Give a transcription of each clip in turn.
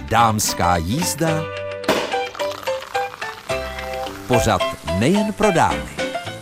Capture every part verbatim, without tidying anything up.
Dámská jízda, pořad nejen pro dámy.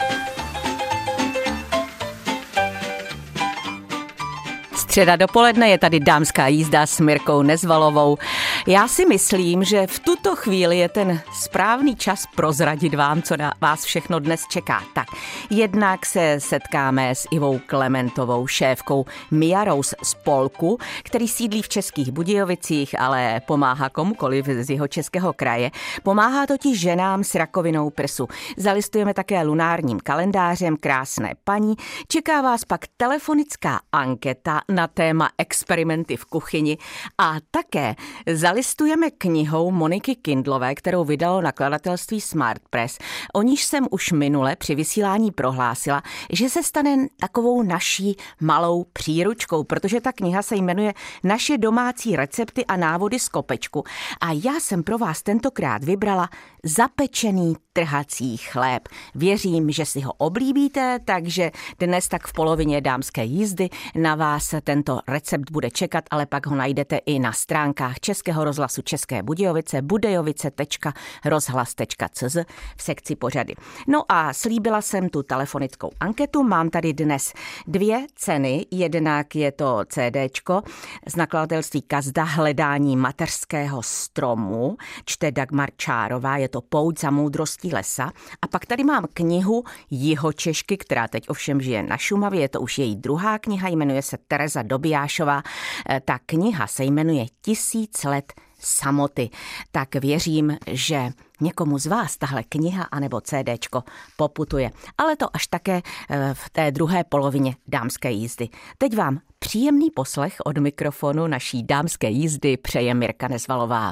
Středa dopoledne je tady Dámská jízda s Mirkou Nezvalovou. Já si myslím, že v tuto chvíli je ten správný čas prozradit vám, co na vás všechno dnes čeká. Tak, jednak se setkáme s Ivou Klementovou, šéfkou Mia Rose spolku, který sídlí v Českých Budějovicích, ale pomáhá komukoliv z jeho českého kraje. Pomáhá totiž ženám s rakovinou prsu. Zalistujeme také lunárním kalendářem Krásné paní. Čeká vás pak telefonická anketa na téma experimenty v kuchyni a také zalistujeme knihou Moniky Kindlové, kterou vydalo nakladatelství Smart Press. O níž jsem už minule při vysílání prohlásila, že se stane takovou naší malou příručkou, protože ta kniha se jmenuje Naše domácí recepty a návody z kopečku. A já jsem pro vás tentokrát vybrala zapečený trhací chléb. Věřím, že si ho oblíbíte, takže dnes tak v polovině dámské jízdy na vás tento recept bude čekat, ale pak ho najdete i na stránkách Českého rozhlasu České Budějovice, budejovice tečka rozhlas tečka cé zet v sekci pořady. No a slíbila jsem tu telefonickou anketu, mám tady dnes dvě ceny, jednak je to CDčko z nakladatelství Kazda Hledání mateřského stromu, čte Dagmar Čárová, je to Pouť za moudrostí lesa. A pak tady mám knihu Jihočešky, která teď ovšem žije na Šumavě, je to už její druhá kniha, jmenuje se Tereza Dobijášová. Ta kniha se jmenuje Tisíc let samoty. Tak věřím, že někomu z vás tahle kniha anebo CDčko poputuje. Ale to až také v té druhé polovině dámské jízdy. Teď vám příjemný poslech od mikrofonu naší dámské jízdy přeje Mirka Nezvalová.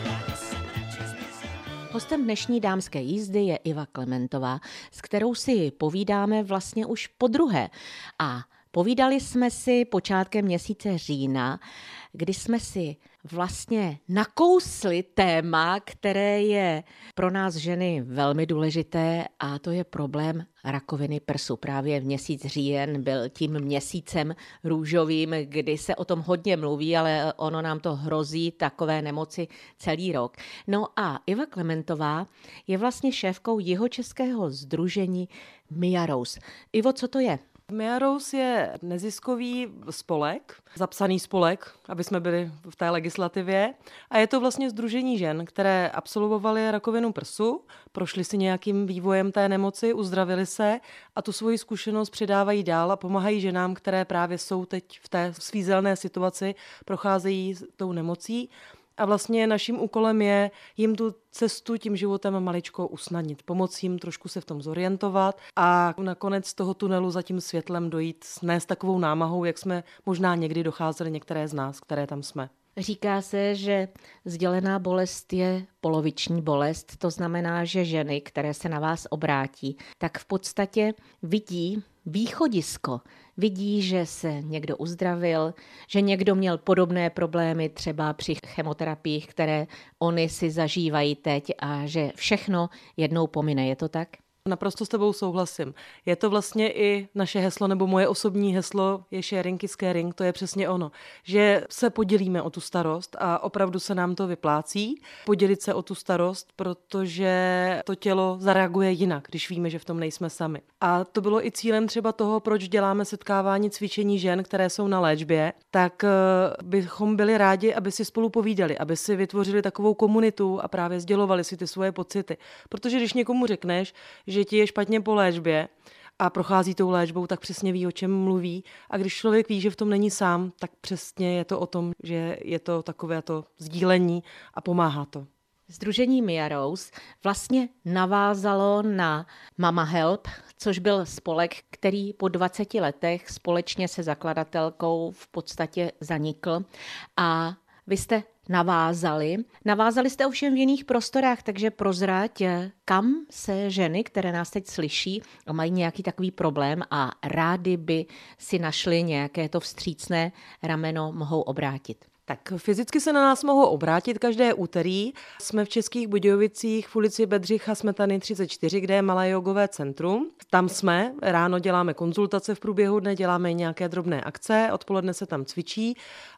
Hostem dnešní dámské jízdy je Iva Klementová, s kterou si povídáme vlastně už podruhé. A povídali jsme si počátkem měsíce října, kdy jsme si vlastně nakousli téma, které je pro nás ženy velmi důležité, a to je problém rakoviny prsu. Právě měsíc říjen byl tím měsícem růžovým, kdy se o tom hodně mluví, ale ono nám to hrozí, takové nemoci celý rok. No a Iva Klementová je vlastně šéfkou jihočeského sdružení Mia Rose. Ivo, co to je? Mia Rose je neziskový spolek, zapsaný spolek, aby jsme byli v té legislativě. A je to vlastně sdružení žen, které absolvovaly rakovinu prsu, prošly si nějakým vývojem té nemoci, uzdravili se a tu svoji zkušenost předávají dál a pomáhají ženám, které právě jsou teď v té svízelné situaci, procházejí tou nemocí. A vlastně naším úkolem je jim tu cestu tím životem maličko usnadnit, pomoci jim trošku se v tom zorientovat a nakonec z toho tunelu za tím světlem dojít ne s takovou námahou, jak jsme možná někdy docházeli některé z nás, které tam jsme. Říká se, že sdělená bolest je poloviční bolest, to znamená, že ženy, které se na vás obrátí, tak v podstatě vidí východisko. Vidí, že se někdo uzdravil, že někdo měl podobné problémy třeba při chemoterapiích, které oni si zažívají teď a že všechno jednou pomine. Je to tak? Naprosto s tebou souhlasím. Je to vlastně i naše heslo, nebo moje osobní heslo je sharing is caring, to je přesně ono, že se podělíme o tu starost a opravdu se nám to vyplácí, podělit se o tu starost, protože to tělo zareaguje jinak, když víme, že v tom nejsme sami. A to bylo i cílem třeba toho, proč děláme setkávání cvičení žen, které jsou na léčbě, tak bychom byli rádi, aby si spolu povídali, aby si vytvořili takovou komunitu a právě sdělovali si ty svoje pocity. Protože když někomu řekneš, že ti je špatně po léčbě a prochází tou léčbou, tak přesně ví, o čem mluví. A když člověk ví, že v tom není sám, tak přesně je to o tom, že je to takové to sdílení a pomáhá to. Sdružení Mia Rose vlastně navázalo na Mama Help, což byl spolek, který po dvaceti letech společně se zakladatelkou v podstatě zanikl. A vy jste navázali. Navázali jste ovšem v jiných prostorách, takže prozrať, kam se ženy, které nás teď slyší a mají nějaký takový problém a rády by si našli nějaké to vstřícné rameno, mohou obrátit. Tak fyzicky se na nás mohou obrátit každé úterý. Jsme v Českých Budějovicích v ulici Bedřicha Smetany třicet čtyři, kde je malé jogové centrum. Tam jsme, ráno děláme konzultace v průběhu dne, děláme nějaké drobné akce, odpoledne se tam cvičí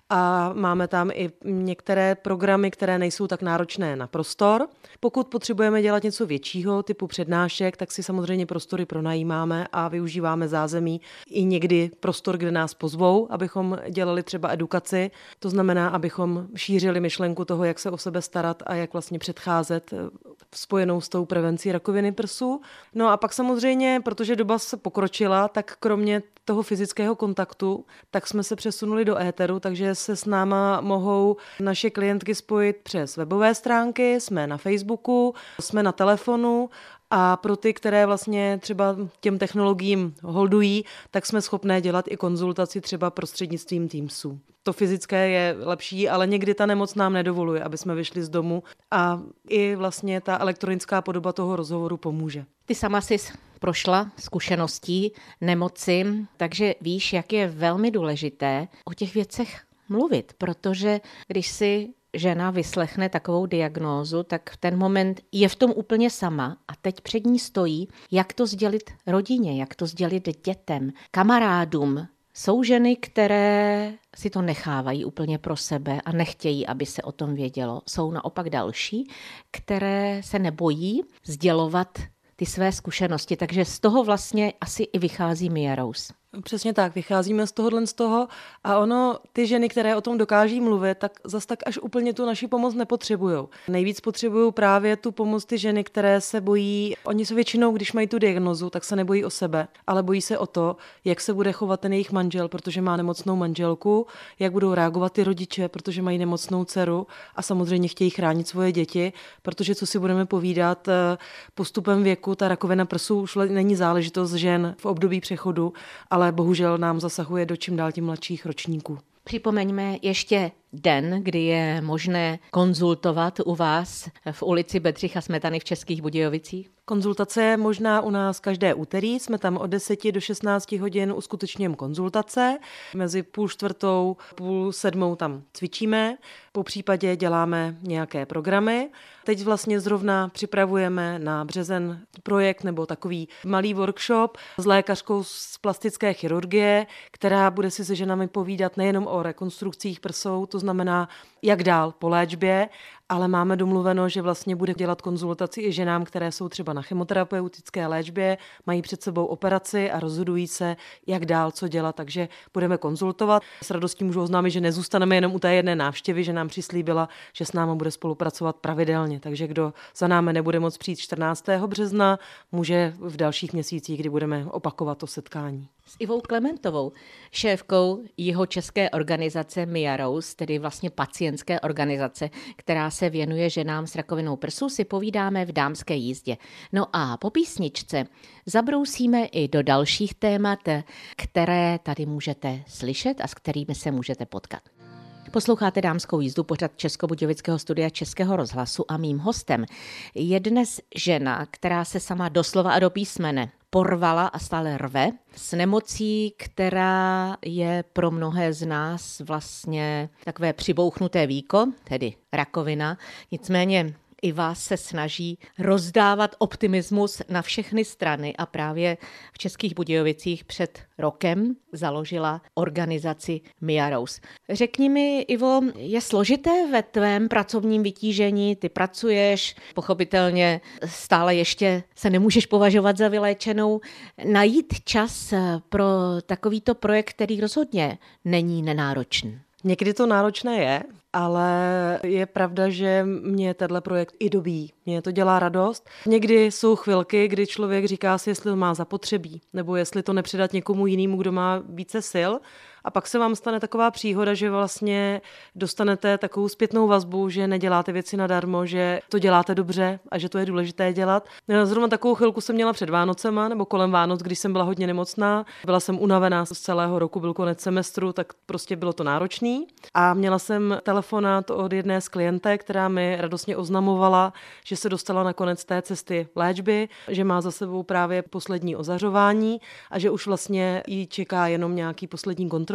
a máme tam i některé programy, které nejsou tak náročné na prostor. Pokud potřebujeme dělat něco většího, typu přednášek, tak si samozřejmě prostory pronajímáme a využíváme zázemí i někdy prostor, kde nás pozvou, abychom dělali třeba edukaci. To znamená, abychom šířili myšlenku toho, jak se o sebe starat a jak vlastně předcházet spojenou s tou prevencí rakoviny prsu. No a pak samozřejmě, protože doba se pokročila, tak kromě toho fyzického kontaktu, tak jsme se přesunuli do éteru, takže se s náma mohou naše klientky spojit přes webové stránky, jsme na Facebooku, jsme na telefonu a pro ty, které vlastně třeba těm technologiím holdují, tak jsme schopné dělat i konzultaci třeba prostřednictvím Teamsu. To fyzické je lepší, ale někdy ta nemoc nám nedovoluje, aby jsme vyšli z domu a i vlastně ta elektronická podoba toho rozhovoru pomůže. Ty sama jsi prošla zkušeností nemoci, takže víš, jak je velmi důležité o těch věcech mluvit, protože když si žena vyslechne takovou diagnózu, tak v ten moment je v tom úplně sama a teď před ní stojí, jak to sdělit rodině, jak to sdělit dětem, kamarádům. Jsou ženy, které si to nechávají úplně pro sebe a nechtějí, aby se o tom vědělo. Jsou naopak další, které se nebojí sdělovat ty své zkušenosti, takže z toho vlastně asi i vychází Mia Rose. Přesně tak, vycházíme z tohohle z toho a ono, ty ženy, které o tom dokáží mluvit, tak zas tak až úplně tu naši pomoc nepotřebujou. Nejvíc potřebují právě tu pomoc ty ženy, které se bojí, oni se většinou, když mají tu diagnozu, tak se nebojí o sebe, ale bojí se o to, jak se bude chovat ten jejich manžel, protože má nemocnou manželku, jak budou reagovat ty rodiče, protože mají nemocnou dceru a samozřejmě chtějí chránit svoje děti, protože co si budeme povídat, postupem věku ta rakovina prsu už není záležitost žen v období přechodu, ale bohužel nám zasahuje do čím dál tím mladších ročníků. Připomeňme ještě den, kdy je možné konzultovat u vás v ulici Bedřicha Smetany v Českých Budějovicích. Konzultace je možná u nás každé úterý, jsme tam od deseti do šestnácti hodin, uskutečňujeme konzultace, mezi půl čtvrtou, půl sedmou tam cvičíme, po případě děláme nějaké programy. Teď vlastně zrovna připravujeme na březen projekt nebo takový malý workshop s lékařkou z plastické chirurgie, která bude si se ženami povídat nejenom o rekonstrukcích prsou, to znamená jak dál po léčbě, ale máme domluveno, že vlastně bude dělat konzultaci i ženám, které jsou třeba na chemoterapeutické léčbě, mají před sebou operaci a rozhodují se, jak dál, co dělat, takže budeme konzultovat. S radostí můžu oznámit, že nezůstaneme jenom u té jedné návštěvy, že nám přislíbila, že s námi bude spolupracovat pravidelně, takže kdo za námi nebude moct přijít čtrnáctého března, může v dalších měsících, kdy budeme opakovat to setkání. S Ivou Klementovou, šéfkou jihočeské organizace Mia Rose, tedy vlastně pacientské organizace, která se věnuje ženám s rakovinou prsu, si povídáme v Dámské jízdě. No a po písničce zabrousíme i do dalších témat, které tady můžete slyšet a s kterými se můžete potkat. Posloucháte Dámskou jízdu, pořad Českobudějovického studia Českého rozhlasu a mým hostem je dnes žena, která se sama doslova a do písmene porvala a stále rve s nemocí, která je pro mnohé z nás vlastně takové přibouchnuté víko, tedy rakovina. Nicméně i vás se snaží rozdávat optimismus na všechny strany a právě v Českých Budějovicích před rokem založila organizaci Mia Rose. Řekni mi, Ivo, je složité ve tvém pracovním vytížení, ty pracuješ, pochopitelně stále ještě se nemůžeš považovat za vyléčenou, najít čas pro takovýto projekt, který rozhodně není nenáročný? Někdy to náročné je, ale je pravda, že mě tenhle projekt i dobíjí. Mě to dělá radost. Někdy jsou chvilky, kdy člověk říká si, jestli to má zapotřebí, nebo jestli to nepředat někomu jinému, kdo má více sil. A pak se vám stane taková příhoda, že vlastně dostanete takovou zpětnou vazbu, že neděláte věci nadarmo, že to děláte dobře a že to je důležité dělat. Zrovna takovou chvilku jsem měla před Vánocema nebo kolem Vánoc, když jsem byla hodně nemocná. Byla jsem unavená z celého roku, byl konec semestru, tak prostě bylo to náročný. A měla jsem telefonát od jedné z klientek, která mi radostně oznamovala, že se dostala na konec té cesty léčby, že má za sebou právě poslední ozařování a že už vlastně jí čeká jenom nějaký poslední kontrol.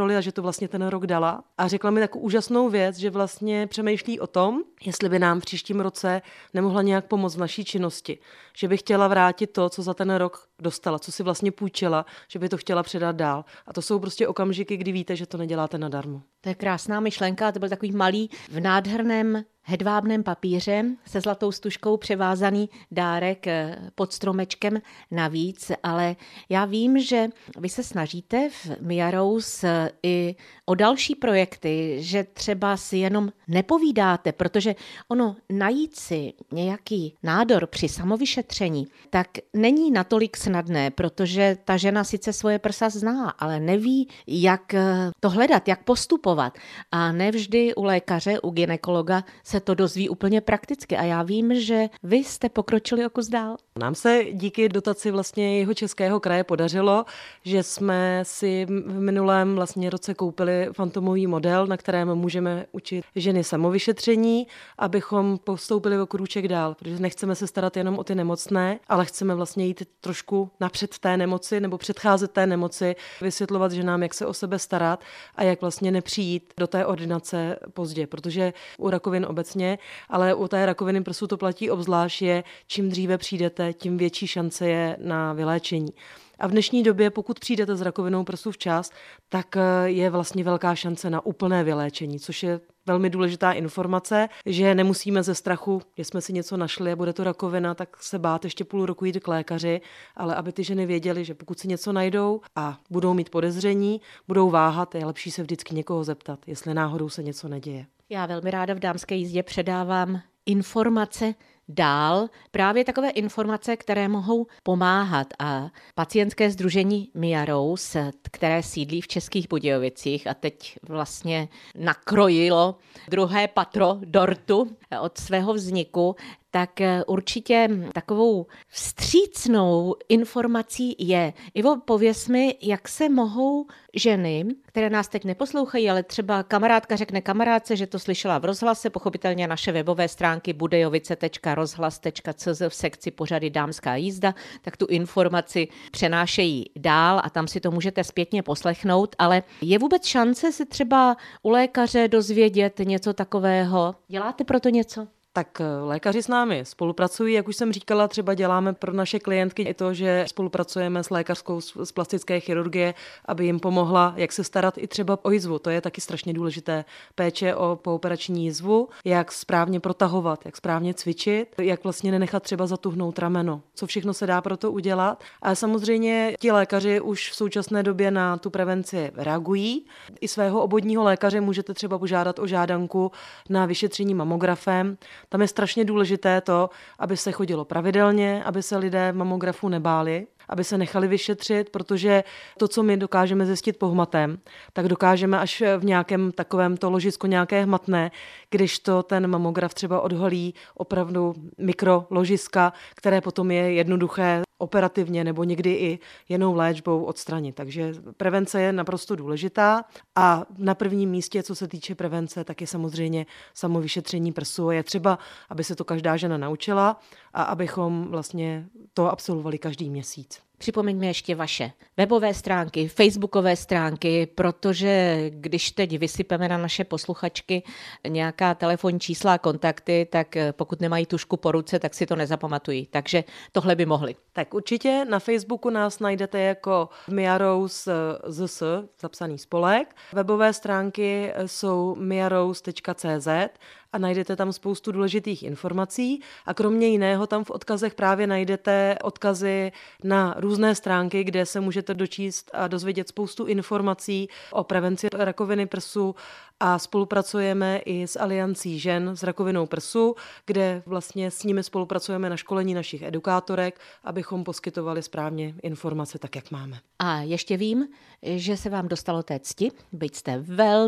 roli a že to vlastně ten rok dala. A řekla mi takovou úžasnou věc, že vlastně přemýšlí o tom, jestli by nám v příštím roce nemohla nějak pomoct v naší činnosti. Že by chtěla vrátit to, co za ten rok dostala, co si vlastně půjčila, že by to chtěla předat dál. A to jsou prostě okamžiky, kdy víte, že to neděláte nadarmo. To je krásná myšlenka, to byl takový malý v nádherném hedvábném papíře se zlatou stužkou převázaný dárek pod stromečkem navíc, ale já vím, že vy se snažíte v Mia Rose i o další projekty, že třeba si jenom nepovídáte, protože ono najít si nějaký nádor při samovyšetření, tak není natolik snadné, protože ta žena sice svoje prsa zná, ale neví, jak to hledat, jak postupovat. A nevždy u lékaře, u gynekologa se to dozví úplně prakticky. A já vím, že vy jste pokročili o kus dál. Nám se díky dotaci vlastně Jihočeského kraje podařilo, že jsme si v minulém vlastně roce koupili fantomový model, na kterém můžeme učit ženy samovyšetření, abychom postoupili o krůček dál, protože nechceme se starat jenom o ty nemocné, ale chceme vlastně jít trošku napřed té nemoci nebo předcházet té nemoci, vysvětlovat ženám, jak se o sebe starat a jak vlastně nepřijít do té ordinace pozdě, protože u rakovin obecně, ale u té rakoviny prsu to platí obzvlášť, je čím dříve přijdete, tím větší šance je na vyléčení. A v dnešní době, pokud přijdete s rakovinou prsu včas, tak je vlastně velká šance na úplné vyléčení, což je velmi důležitá informace, že nemusíme ze strachu, že jsme si něco našli a bude to rakovina, tak se bát ještě půl roku jít k lékaři, ale aby ty ženy věděly, že pokud si něco najdou a budou mít podezření, budou váhat, je lepší se vždycky někoho zeptat, jestli náhodou se něco neděje. Já velmi ráda v dámské jízdě předávám informace dál, právě takové informace, které mohou pomáhat. A pacientské sdružení Mia Rose, které sídlí v Českých Budějovicích a teď vlastně nakrojilo druhé patro dortu od svého vzniku, tak určitě takovou vstřícnou informací je. Ivo, pověz mi, jak se mohou ženy, které nás teď neposlouchají, ale třeba kamarádka řekne kamarádce, že to slyšela v rozhlase, pochopitelně naše webové stránky budejovice tečka rozhlas tečka cz v sekci pořady Dámská jízda, tak tu informaci přenášejí dál a tam si to můžete zpětně poslechnout, ale je vůbec šance se třeba u lékaře dozvědět něco takového? Děláte proto něco? Tak lékaři s námi spolupracují, jak už jsem říkala, třeba děláme pro naše klientky i to, že spolupracujeme s lékařskou z plastické chirurgie, aby jim pomohla, jak se starat i třeba o jizvu. To je taky strašně důležité. Péče o pooperační jizvu, jak správně protahovat, jak správně cvičit, jak vlastně nenechat třeba zatuhnout rameno. Co všechno se dá pro to udělat. A samozřejmě ti lékaři už v současné době na tu prevenci reagují. I svého obvodního lékaře můžete třeba požádat o žádanku na vyšetření mamografem. Tam je strašně důležité to, aby se chodilo pravidelně, aby se lidé mamografu nebáli, aby se nechali vyšetřit, protože to, co my dokážeme zjistit pohmatem, tak dokážeme až v nějakém takovém to ložisko nějaké hmatné, když to ten mamograf třeba odhalí opravdu mikroložiska, které potom je jednoduché operativně nebo někdy i jinou léčbou odstranit. Takže prevence je naprosto důležitá a na prvním místě, co se týče prevence, tak je samozřejmě samovyšetření prsu. Je třeba, aby se to každá žena naučila a abychom vlastně to absolvovali každý měsíc. Připomeňme ještě vaše webové stránky, facebookové stránky, protože když teď vysypeme na naše posluchačky nějaká telefonní čísla a kontakty, tak pokud nemají tužku po ruce, tak si to nezapamatují. Takže tohle by mohli. Tak určitě na Facebooku nás najdete jako Mia Rose Z S, zapsaný spolek. Webové stránky jsou mia rose tečka cz a najdete tam spoustu důležitých informací a kromě jiného tam v odkazech právě najdete odkazy na různé stránky, kde se můžete dočíst a dozvědět spoustu informací o prevenci rakoviny prsu a spolupracujeme i s Aliancí žen s rakovinou prsu, kde vlastně s nimi spolupracujeme na školení našich edukátorek, abychom poskytovali správně informace tak, jak máme. A ještě vím, že se vám dostalo té cti, byť jste velmi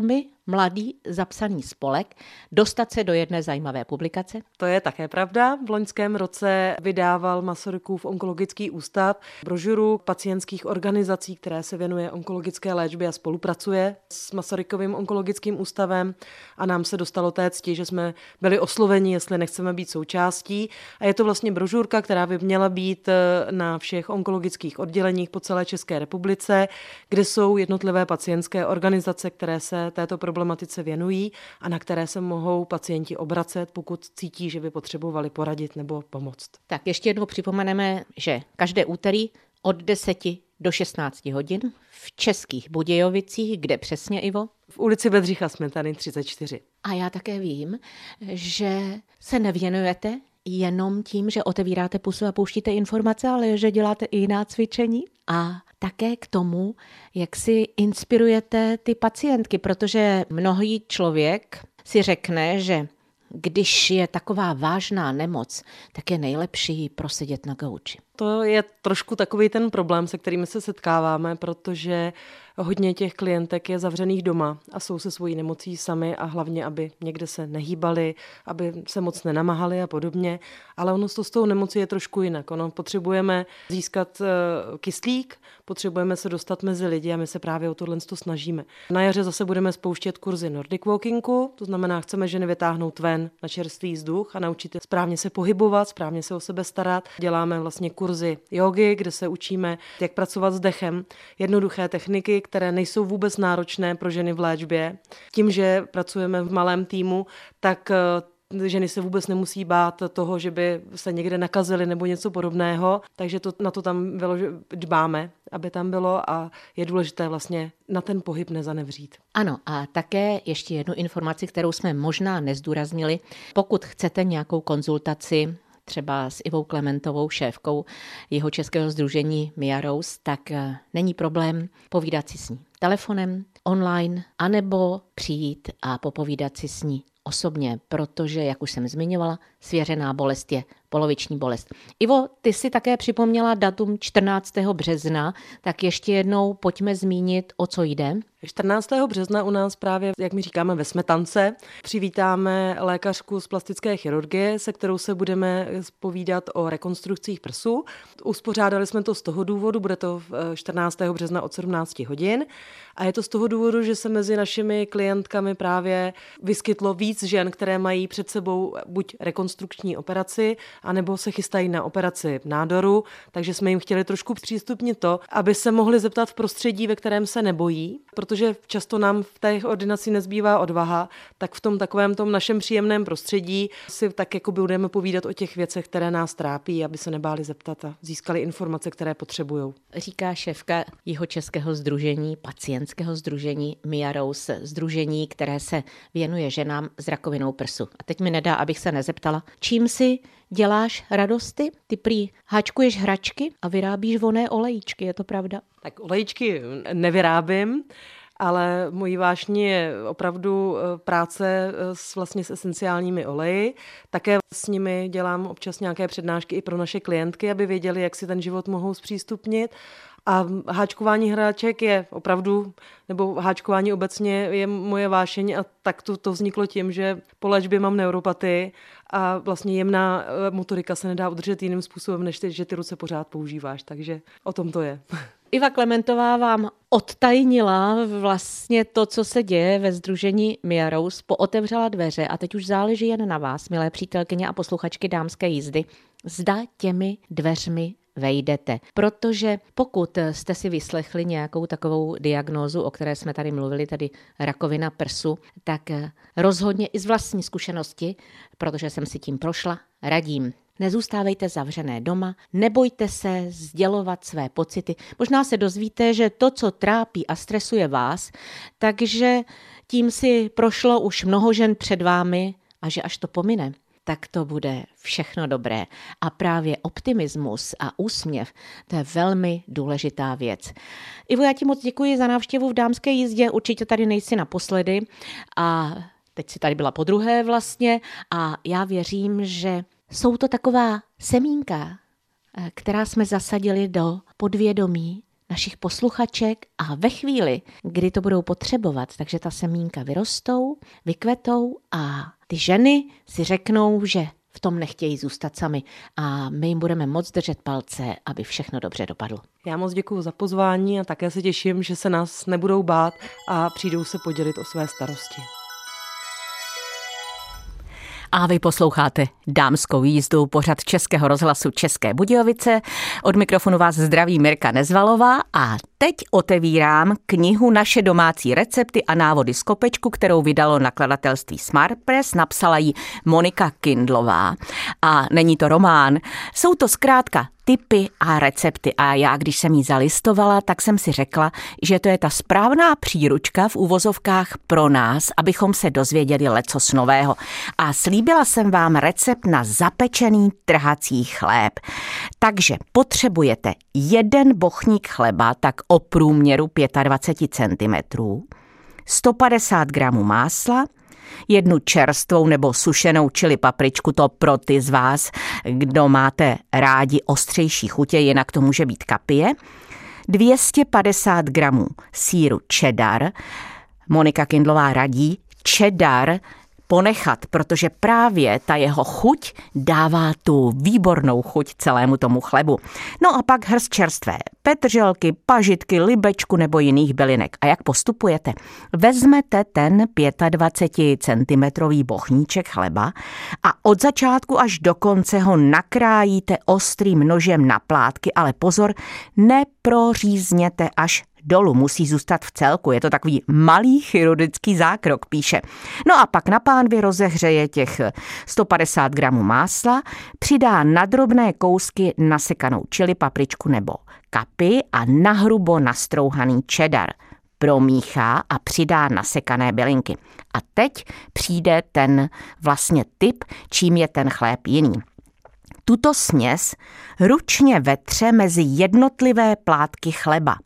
mladý zapsaný spolek dostat se do jedné zajímavé publikace? To je také pravda. V loňském roce vydával Masarykův onkologický ústav brožuru pacientských organizací, které se věnuje onkologické léčbě a spolupracuje s Masarykovým onkologickým ústavem, a nám se dostalo té cti, že jsme byli osloveni, jestli nechceme být součástí. A je to vlastně brožurka, která by měla být na všech onkologických odděleních po celé České republice, kde jsou jednotlivé pacientské organizace, které se této problematice věnují a na které se mohou pacienti obracet, pokud cítí, že by potřebovali poradit nebo pomoct. Tak ještě jednou připomeneme, že každé úterý od deseti do šestnácti hodin v Českých Budějovicích, kde přesně, Ivo? V ulici Bedřicha Smetany třicet čtyři. A já také vím, že se nevěnujete jenom tím, že otevíráte pusu a pouštíte informace, ale že děláte i jiná cvičení a také k tomu, jak si inspirujete ty pacientky, protože mnohý člověk si řekne, že když je taková vážná nemoc, tak je nejlepší prosedět na gauči. To je trošku takový ten problém, se kterými se setkáváme, protože hodně těch klientek je zavřených doma a jsou se svojí nemocí sami a hlavně, aby někde se nehýbali, aby se moc nenamahali a podobně. Ale ono to s tou nemocí je trošku jinak. Ono potřebujeme získat kyslík, potřebujeme se dostat mezi lidi a my se právě o tohle snažíme. Na jaře zase budeme spouštět kurzy Nordic Walkingu, to znamená, chceme ženy vytáhnout ven na čerstvý vzduch a naučit je správně se pohybovat, správně se o sebe starat. Děláme vlastně kurzy jógy, kde se učíme, jak pracovat s dechem, jednoduché techniky, které nejsou vůbec náročné pro ženy v léčbě. Tím, že pracujeme v malém týmu, tak ženy se vůbec nemusí bát toho, že by se někde nakazily nebo něco podobného, takže to, na to tam bylo, dbáme, aby tam bylo a je důležité vlastně na ten pohyb nezanevřít. Ano, a také ještě jednu informaci, kterou jsme možná nezdůraznili. Pokud chcete nějakou konzultaci třeba s Ivou Klementovou, šéfkou Jihočeského sdružení Mia Rose, tak není problém povídat si s ní telefonem, online, anebo přijít a popovídat si s ní osobně, protože, jak už jsem zmiňovala, svěřená bolest je poloviční bolest. Ivo, ty si také připomněla datum čtrnáctého března, tak ještě jednou pojďme zmínit, o co jde. čtrnáctého března u nás právě, jak my říkáme, ve Smetance přivítáme lékařku z plastické chirurgie, se kterou se budeme povídat o rekonstrukcích prsu. Uspořádali jsme to z toho důvodu, bude to čtrnáctého března od sedmnácti hodin a je to z toho důvodu, že se mezi našimi klientkami právě vyskytlo víc žen, které mají před sebou buď rekonstrukční operaci, anebo se chystají na operaci nádoru, takže jsme jim chtěli trošku přístupnit to, aby se mohli zeptat v prostředí, ve kterém se nebojí, protože často nám v té ordinaci nezbývá odvaha, tak v tom takovém tom našem příjemném prostředí si tak jako budeme povídat o těch věcech, které nás trápí, aby se nebáli zeptat a získali informace, které potřebujou. Říká šéfka Jihočeského sdružení, pacientského sdružení Mia Rose, sdružení, které se věnuje ženám s rakovinou prsu. A teď mi nedá, abych se nezeptala, čím si děláš radosti? Ty prý háčkuješ hračky a vyrábíš vonné olejčky, je to pravda? Tak olejčky nevyrábím, ale mojí vášní je opravdu práce s, vlastně s esenciálními oleji. Také s nimi dělám občas nějaké přednášky i pro naše klientky, aby věděli, jak si ten život mohou zpřístupnit. A háčkování hráček je opravdu, nebo háčkování obecně je moje vášeň a tak to, to vzniklo tím, že po léčbě mám neuropatii a vlastně jemná motorika se nedá udržet jiným způsobem, než ty, že ty ruce pořád používáš, takže o tom to je. Iva Klementová vám odtajnila vlastně to, co se děje ve sdružení Mia Rose, pootevřela dveře a teď už záleží jen na vás, milé přítelkyně a posluchačky Dámské jízdy, zda těmi dveřmi vejdete. Protože pokud jste si vyslechli nějakou takovou diagnózu, o které jsme tady mluvili, tady rakovina prsu, tak rozhodně i z vlastní zkušenosti, protože jsem si tím prošla, radím. Nezůstávejte zavřené doma, nebojte se sdělovat své pocity. Možná se dozvíte, že to, co trápí a stresuje vás, takže tím si prošlo už mnoho žen před vámi a že až to pomine, tak to bude všechno dobré. A právě optimismus a úsměv, to je velmi důležitá věc. Ivo, já ti moc děkuji za návštěvu v Dámské jízdě, určitě tady nejsi naposledy a teď si tady byla podruhé vlastně a já věřím, že jsou to taková semínka, která jsme zasadili do podvědomí našich posluchaček a ve chvíli, kdy to budou potřebovat, takže ta semínka vyrostou, vykvetou a ty ženy si řeknou, že v tom nechtějí zůstat sami a my jim budeme moc držet palce, aby všechno dobře dopadlo. Já moc děkuju za pozvání a také se těším, že se nás nebudou bát a přijdou se podělit o své starosti. A vy posloucháte Dámskou jízdu, pořad Českého rozhlasu České Budějovice. Od mikrofonu vás zdraví Mirka Nezvalová a teď otevírám knihu Naše domácí recepty a návody z kopečku, kterou vydalo nakladatelství Smart Press, napsala ji Monika Kindlová. A není to román, jsou to zkrátka tipy a recepty. A já, když jsem ji zalistovala, tak jsem si řekla, že to je ta správná příručka v uvozovkách pro nás, abychom se dozvěděli lecos nového. A slíbila jsem vám recept na zapečený trhací chléb. Takže potřebujete jeden bochník chleba, tak o průměru dvacet pět centimetrů, sto padesát gramů másla, jednu čerstvou nebo sušenou čili papričku, to pro ty z vás, kdo máte rádi ostřejší chutě, jinak to může být kapie, dvě stě padesát gramů sýru cheddar. Monika Kindlová radí cheddar ponechat, protože právě ta jeho chuť dává tu výbornou chuť celému tomu chlebu. No a pak hrst čerstvé petrželky, pažitky, libečku nebo jiných bylinek. A jak postupujete? Vezmete ten dvacet pět centimetrový bochníček chleba a od začátku až do konce ho nakrájíte ostrým nožem na plátky, ale pozor, neprořízněte až dolů, musí zůstat v celku. Je to takový malý chirurgický zákrok, píše. No a pak na pánvi rozehřeje těch sto padesát gramů másla, přidá na drobné kousky nasekanou čili, papričku nebo kapy a nahrubo nastrouhaný cheddar. Promíchá a přidá nasekané bylinky. A teď přijde ten vlastně tip, čím je ten chléb jiný. Tuto směs ručně vetře mezi jednotlivé plátky chleba.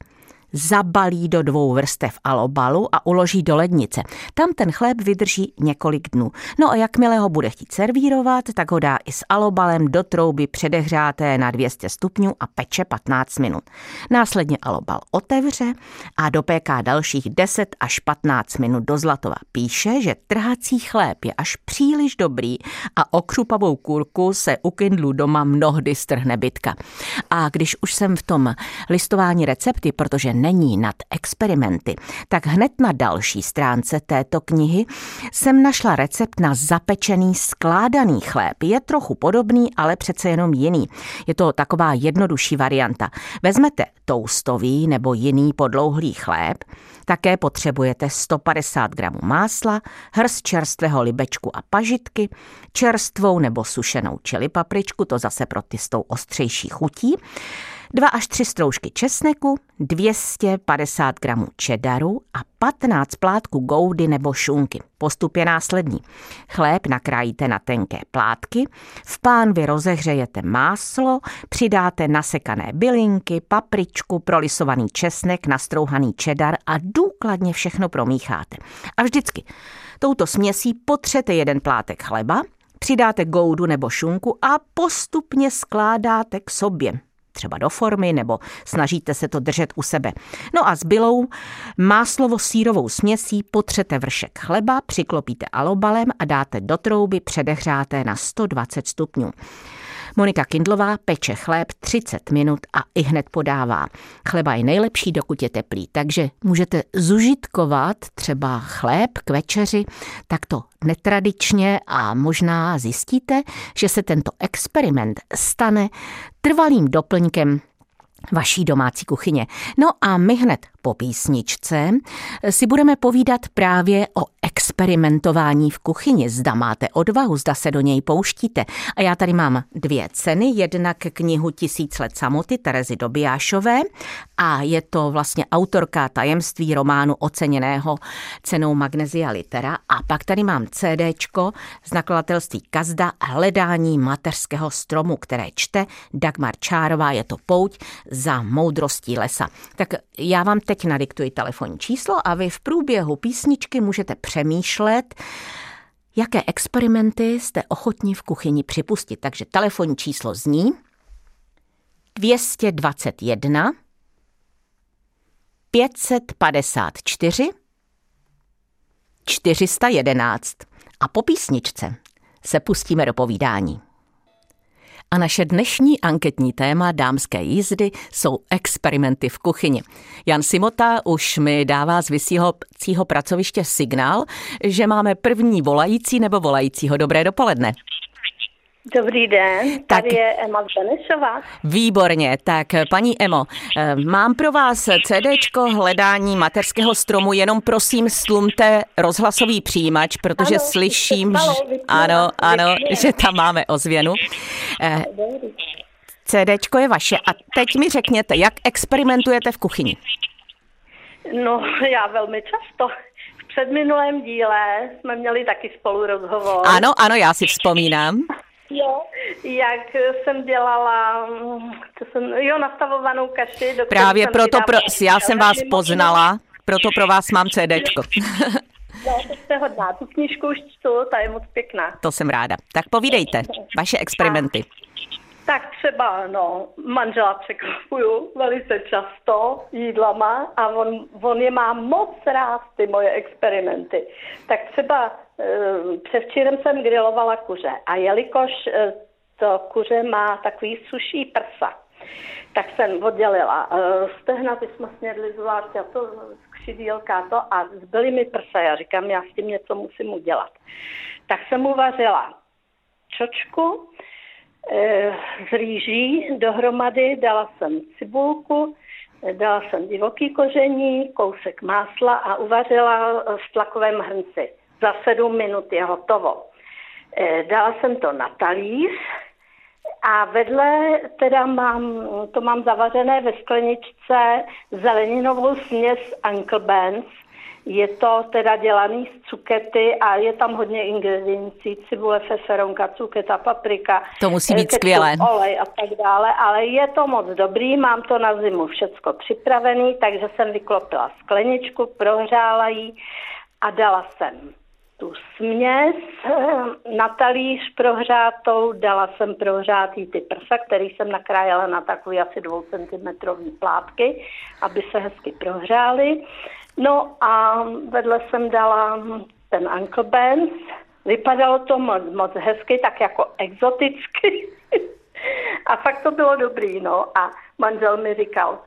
Zabalí do dvou vrstev alobalu a uloží do lednice. Tam ten chléb vydrží několik dnů. No a jakmile ho bude chtít servírovat, tak ho dá i s alobalem do trouby předehřáté na dvě stě stupňů a peče patnáct minut. Následně alobal otevře a dopéká dalších deset až patnáct minut do zlatova. Píše, že trhací chléb je až příliš dobrý a o křupavou kurku se u Kindlu doma mnohdy strhne bitka. A když už jsem v tom listování recepty, protože není nad experimenty, tak hned na další stránce této knihy jsem našla recept na zapečený skládaný chléb. Je trochu podobný, ale přece jenom jiný. Je to taková jednodušší varianta. Vezmete toustový nebo jiný podlouhlý chléb, také potřebujete sto padesát gramů másla, hrst čerstvého libečku a pažitky, čerstvou nebo sušenou čili papričku, to zase pro ty s tou ostřejší chutí, dva až tři stroužky česneku, dvě stě padesát gramů cheddaru a patnáct plátků goudy nebo šunky. Postup je následný. Chléb nakrájíte na tenké plátky, v pánvi rozehřejete máslo, přidáte nasekané bylinky, papričku, prolisovaný česnek, nastrouhaný cheddar a důkladně všechno promícháte. A vždycky touto směsí potřete jeden plátek chleba, přidáte goudu nebo šunku a postupně skládáte k sobě. Třeba do formy, nebo snažíte se to držet u sebe. No a zbylou máslovo-sýrovou směsí potřete vršek chleba, přiklopíte alobalem a dáte do trouby předehřáté na sto dvacet stupňů. Monika Kindlová peče chléb třicet minut a ihned podává. Chleba je nejlepší, dokud je teplý, takže můžete zužitkovat třeba chléb k večeři takto netradičně a možná zjistíte, že se tento experiment stane trvalým doplňkem vaší domácí kuchyně. No a my hned po písničce si budeme povídat právě o experimentování v kuchyni. Zda máte odvahu, zda se do něj pouštíte. A já tady mám dvě ceny. Jednak knihu Tisíc let samoty Terezy Dobijášové a je to vlastně autorka tajemství románu oceněného cenou Magnesia Litera. A pak tady mám CDčko z nakladatelství Kazda Hledání mateřského stromu, které čte Dagmar Čárová. Je to Pouť za moudrostí lesa. Tak já vám teď nadiktuji telefonní číslo a vy v průběhu písničky můžete přemýšlet, jaké experimenty jste ochotni v kuchyni připustit. Takže telefonní číslo zní dvě stě dvacet jedna pět set padesát čtyři čtyři sta jedenáct. A po písničce se pustíme do povídání. A naše dnešní anketní téma dámské jízdy jsou experimenty v kuchyni. Jan Simota už mi dává z vysílacího pracoviště signál, že máme první volající nebo volajícího. Dobré dopoledne. Dobrý den, Tak- tady je Ema Benešová. Výborně, tak paní Emo, eh, mám pro vás CDčko hledání mateřského stromu, jenom prosím slumte rozhlasový přijímač, protože Ano, slyším, vypnula, že, vypnula, ano, ano, vypnula. že tam máme ozvěnu. Eh, Dobrý. CDčko je vaše a teď mi řekněte, jak experimentujete v kuchyni. No, já velmi často. V předminulém díle jsme měli taky spolu rozhovor. Ano, ano, já si vzpomínám. Jo, jak jsem dělala, to jsem, jo, nastavovanou kaši. Do které Právě jsem proto, pro, přidávala já jsem vás mimo- poznala, proto pro vás mám CDčko. No, to jste hodná. Tu knížku už čtu, ta je moc pěkná. To jsem ráda. Tak povídejte, vaše experimenty. Tak třeba, no, manžela překvapuju velice často jídlama a on, on je má moc rád, ty moje experimenty. Tak třeba e, převčírem jsem grilovala kuře a jelikož e, to kuře má takový suší prsa, tak jsem oddělila e, stehna, ty jsme snědli zvlášť a to křidílka to a zbyly mi prsa. Já říkám, já s tím něco musím udělat. Tak jsem uvařila čočku, z rýží dohromady, dala jsem cibulku, dala jsem divoký koření, kousek másla a uvařila v tlakovém hrnci. Za sedm minut je hotovo. Dala jsem to na talíř a vedle teda mám, to mám zavařené ve skleničce zeleninovou směs Uncle Ben's. Je to teda dělaný z cukety a je tam hodně ingrediencí, cibule, feferonka, cuketa, paprika. To musí být ketchup, skvělé. Olej a tak dále, ale je to moc dobrý, mám to na zimu všecko připravený, takže jsem vyklopila skleničku, prohřála ji a dala jsem tu směs na talíř prohřátou, dala jsem prohřátý ty prsa, který jsem nakrájela na takový asi dvoucentimetrový plátky, aby se hezky prohřály. No a vedle jsem dala ten Uncle Ben's. Vypadalo to moc, moc hezky, tak jako exoticky. A fakt to bylo dobrý, no. A manžel mi říkal,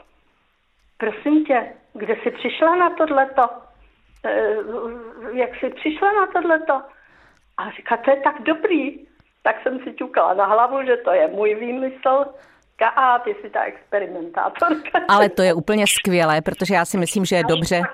prosím tě, kde jsi přišla na tohleto? E, jak jsi přišla na tohleto? A říká, to je tak dobrý. Tak jsem si ťukala na hlavu, že to je můj výmysl. A ty jsi ta experimentátorka. Ale to je úplně skvělé, protože já si myslím, že je dobře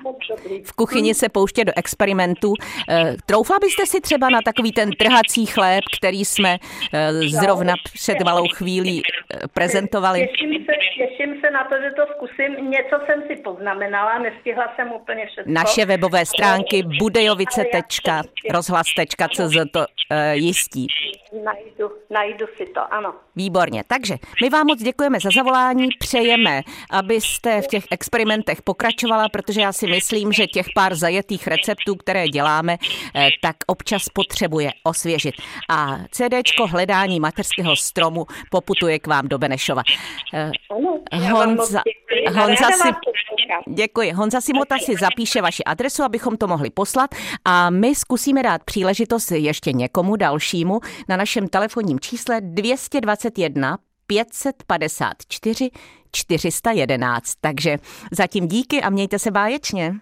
v kuchyni se pouštět do experimentů. Troufla byste si třeba na takový ten trhací chléb, který jsme zrovna před malou chvílí prezentovali? Těším se, těším se na to, že to zkusím. Něco jsem si poznamenala, nestihla jsem úplně všechno. Naše webové stránky budejovice tečka rozhlas tečka cé zet to jistí. Najdu, najdu si to, ano. Výborně, takže my vám moc děkujeme za zavolání, přejeme, abyste v těch experimentech pokračovala, protože já si myslím, že těch pár zajetých receptů, které děláme, tak občas potřebuje osvěžit. A CDčko hledání mateřského stromu poputuje k vám do Benešova. Ano, Honza, Honza si, poslouchám. děkuji. Honza Simota si zapíše vaši adresu, abychom to mohli poslat a my zkusíme dát příležitost ještě někomu dalšímu na našem telefonním čísle dvě stě dvacet jedna pět set padesát čtyři čtyři sta jedenáct. Takže zatím díky a mějte se báječně.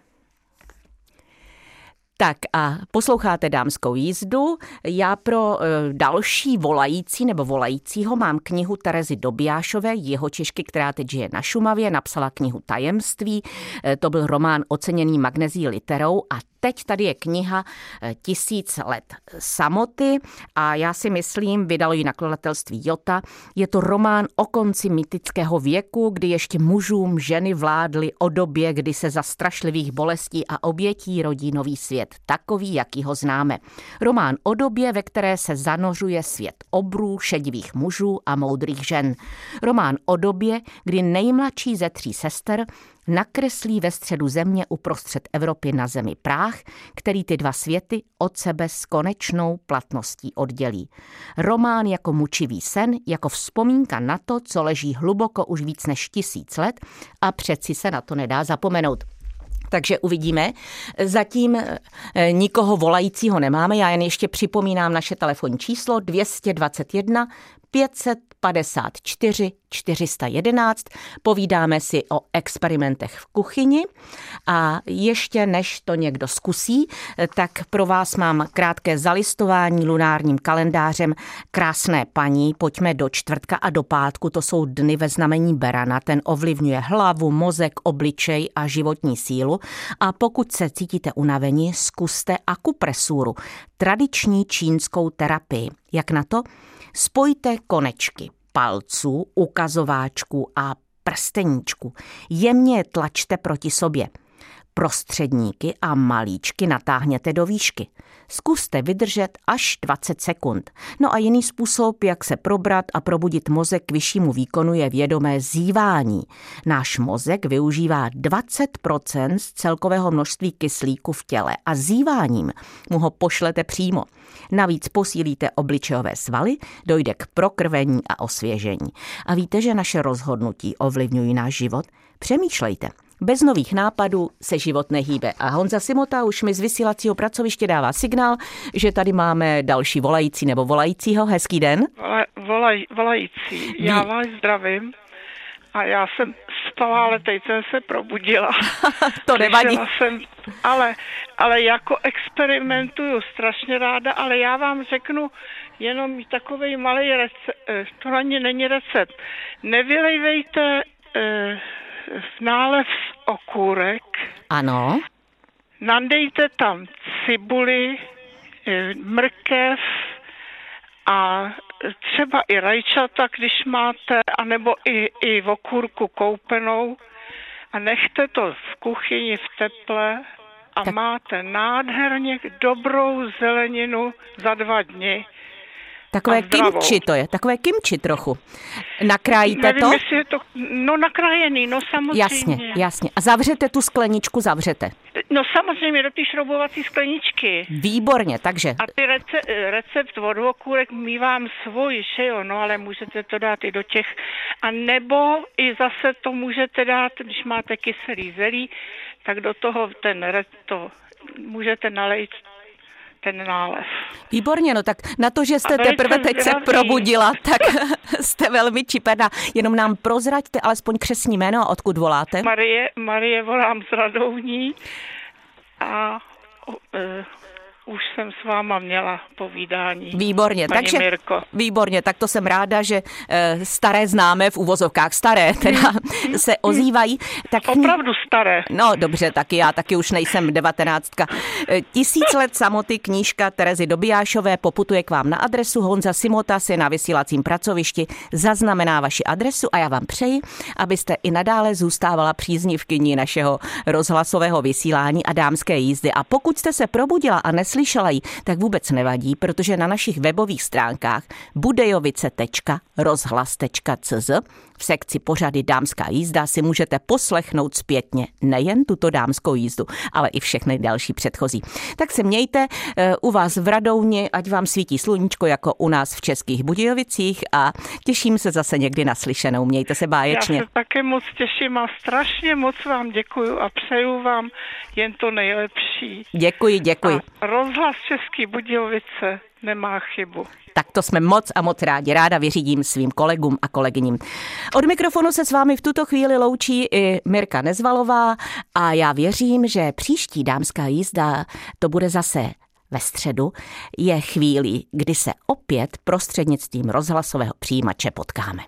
Tak a posloucháte Dámskou jízdu. Já pro e, další volající nebo volajícího mám knihu Terezy Dobijášové, Jihočešky, která teď žije na Šumavě, napsala knihu Tajemství. E, to byl román oceněný Magnézií literou a teď tady je kniha Tisíc let samoty a já si myslím, vydalo ji nakladatelství Jota. Je to román o konci mýtického věku, kdy ještě mužům ženy vládly o době, kdy se za strašlivých bolestí a obětí rodí nový svět. svět takový, jaký ho známe. Román o době, ve které se zanořuje svět obrů, šedivých mužů a moudrých žen. Román o době, kdy nejmladší ze tří sester nakreslí ve středu země uprostřed Evropy na zemi práh, který ty dva světy od sebe s konečnou platností oddělí. Román jako mučivý sen, jako vzpomínka na to, co leží hluboko už víc než tisíc let a přeci se na to nedá zapomenout. Takže uvidíme. Zatím nikoho volajícího nemáme. Já jen ještě připomínám naše telefonní číslo dvě stě dvacet jedna pět set padesát čtyři čtyři sta jedenáct. Povídáme si o experimentech v kuchyni a ještě než to někdo zkusí, tak pro vás mám krátké zalistování lunárním kalendářem. Krásné paní, pojďme do čtvrtka a do pátku, to jsou dny ve znamení berana, ten ovlivňuje hlavu, mozek, obličej a životní sílu. A pokud se cítíte unavení, zkuste akupresuru, tradiční čínskou terapii. Jak na to? Spojte konečky palců, ukazováčků a prsteníčku. Jemně je tlačte proti sobě. Prostředníky a malíčky natáhněte do výšky. Zkuste vydržet až dvacet sekund. No a jiný způsob, jak se probrat a probudit mozek k vyššímu výkonu, je vědomé zívání. Náš mozek využívá dvacet procent z celkového množství kyslíku v těle a zíváním mu ho pošlete přímo. Navíc posílíte obličejové svaly, dojde k prokrvení a osvěžení. A víte, že naše rozhodnutí ovlivňují náš život? Přemýšlejte. Bez nových nápadů se život nehýbe. A Honza Simota už mi z vysílacího pracoviště dává signál, že tady máme další volající nebo volajícího. Hezký den. Vola, volaj, volající. Já vás zdravím. A já jsem spala, ale teď jsem se probudila. To nevadí. Jsem, ale, ale jako experimentuju strašně ráda, ale já vám řeknu jenom takovej malý recept. To ani není recept. Nevylejvejte eh, v nálev z okurek. Ano. Nadejte tam cibuli, eh, mrkev a třeba i rajčata, když máte, anebo i, i okurku koupenou a nechte to v kuchyni v teple a tak máte nádherně dobrou zeleninu za dva dny. Takové kimči to je, takové kimči trochu. Nakrájíte Nevím, to? jestli je to, no nakrájený, no samozřejmě. Jasně, jasně. A zavřete tu skleničku, zavřete. No samozřejmě do té šroubovací skleničky. Výborně, takže. A ty rece, recept od okurek mívám svůj, že jo, no ale můžete to dát i do těch, a nebo i zase to můžete dát, když máte kyselý zelí, tak do toho ten to můžete nalejt ten nálev. Výborně, no tak na to, že jste teprve teď se probudila, tak jste velmi čiperná. Jenom nám prozraďte alespoň křestní jméno a odkud voláte. Marie, Marie volám z Radouní a uh, už jsem s váma měla povídání. Výborně, paní takže Mirko. Výborně, tak to jsem ráda, že e, staré známé v uvozovkách staré teda se ozývají. Tak Opravdu staré. No dobře, taky já taky už nejsem devatenáctka. E, Tisíc let samoty, knížka Terezy Dobijášové poputuje k vám na adresu. Honza Simota si na vysílacím pracovišti zaznamená vaši adresu a já vám přeji, abyste i nadále zůstávala příznivkyní našeho rozhlasového vysílání a dámské jízdy. A pokud jste se probudila a neslyšela ji, tak vůbec nevadí, protože na našich webových stránkách budejovice tečka rozhlas tečka cz v sekci pořady Dámská jízda si můžete poslechnout zpětně nejen tuto dámskou jízdu, ale i všechny další předchozí. Tak se mějte u vás v Radouni, ať vám svítí sluníčko jako u nás v Českých Budějovicích a těším se zase někdy na slyšenou. Mějte se báječně. Já se také moc těším a strašně moc vám děkuju a přeju vám jen to nejlepší. Děkuji, děkuji. A rozhlas Český Budějovice nemá chybu. Tak to jsme moc a moc rádi. Ráda vyřídím svým kolegům a kolegyním. Od mikrofonu se s vámi v tuto chvíli loučí i Mirka Nezvalová a já věřím, že příští dámská jízda, to bude zase ve středu, je chvíli, kdy se opět prostřednictvím rozhlasového přijímače potkáme.